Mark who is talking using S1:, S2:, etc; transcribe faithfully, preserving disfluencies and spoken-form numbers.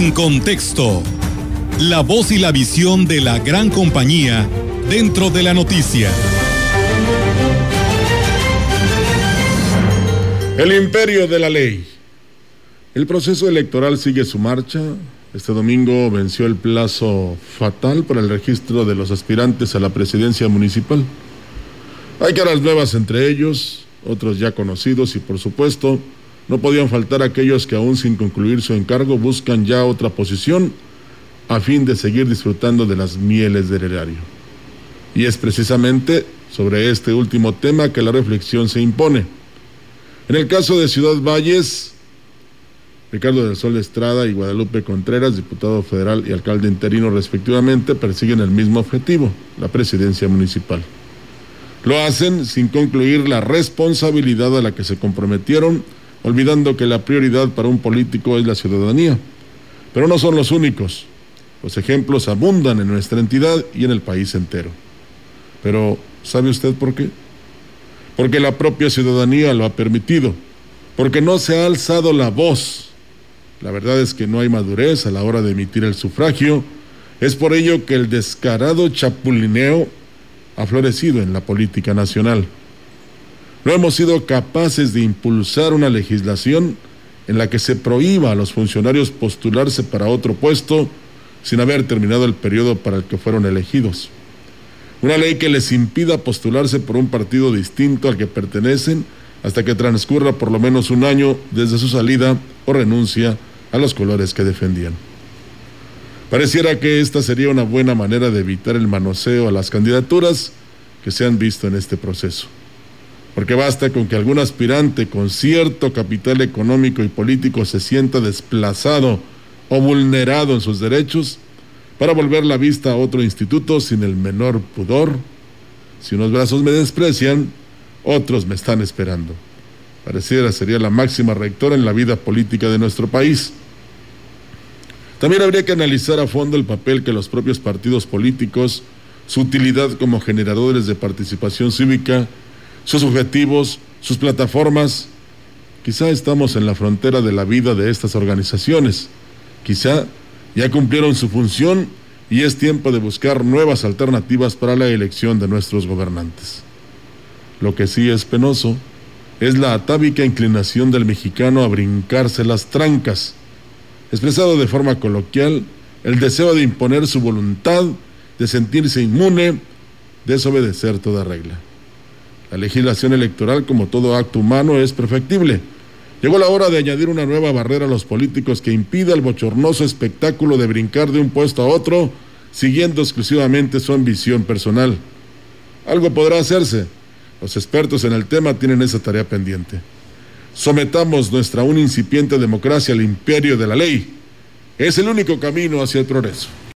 S1: En contexto, la voz y la visión de la gran compañía dentro de la noticia.
S2: El imperio de la ley. El proceso electoral sigue su marcha. Este domingo venció el plazo fatal para el registro de los aspirantes a la presidencia municipal. Hay caras nuevas entre ellos, otros ya conocidos y, por supuesto, no podían faltar aquellos que aún sin concluir su encargo buscan ya otra posición a fin de seguir disfrutando de las mieles del erario. Y es precisamente sobre este último tema que la reflexión se impone. En el caso de Ciudad Valles, Ricardo del Sol Estrada y Guadalupe Contreras, diputado federal y alcalde interino respectivamente, persiguen el mismo objetivo, la presidencia municipal. Lo hacen sin concluir la responsabilidad a la que se comprometieron, olvidando que la prioridad para un político es la ciudadanía. Pero no son los únicos. Los ejemplos abundan en nuestra entidad y en el país entero. Pero, ¿sabe usted por qué? Porque la propia ciudadanía lo ha permitido, porque no se ha alzado la voz. La verdad es que no hay madurez a la hora de emitir el sufragio. Es por ello que el descarado chapulineo ha florecido en la política nacional. No hemos sido capaces de impulsar una legislación en la que se prohíba a los funcionarios postularse para otro puesto sin haber terminado el periodo para el que fueron elegidos. Una ley que les impida postularse por un partido distinto al que pertenecen hasta que transcurra por lo menos un año desde su salida o renuncia a los colores que defendían. Pareciera que esta sería una buena manera de evitar el manoseo a las candidaturas que se han visto en este proceso. Porque basta con que algún aspirante con cierto capital económico y político se sienta desplazado o vulnerado en sus derechos para volver la vista a otro instituto sin el menor pudor. Si unos brazos me desprecian, otros me están esperando. Pareciera sería la máxima rectora en la vida política de nuestro país. También habría que analizar a fondo el papel que los propios partidos políticos, su utilidad como generadores de participación cívica, sus objetivos, sus plataformas. Quizá estamos en la frontera de la vida de estas organizaciones. Quizá ya cumplieron su función y es tiempo de buscar nuevas alternativas para la elección de nuestros gobernantes. Lo que sí es penoso es la atávica inclinación del mexicano a brincarse las trancas. Expresado de forma coloquial, el deseo de imponer su voluntad, de sentirse inmune, desobedecer toda regla. La legislación electoral, como todo acto humano, es perfectible. Llegó la hora de añadir una nueva barrera a los políticos que impida el bochornoso espectáculo de brincar de un puesto a otro, siguiendo exclusivamente su ambición personal. Algo podrá hacerse. Los expertos en el tema tienen esa tarea pendiente. Sometamos nuestra aún incipiente democracia al imperio de la ley. Es el único camino hacia el progreso.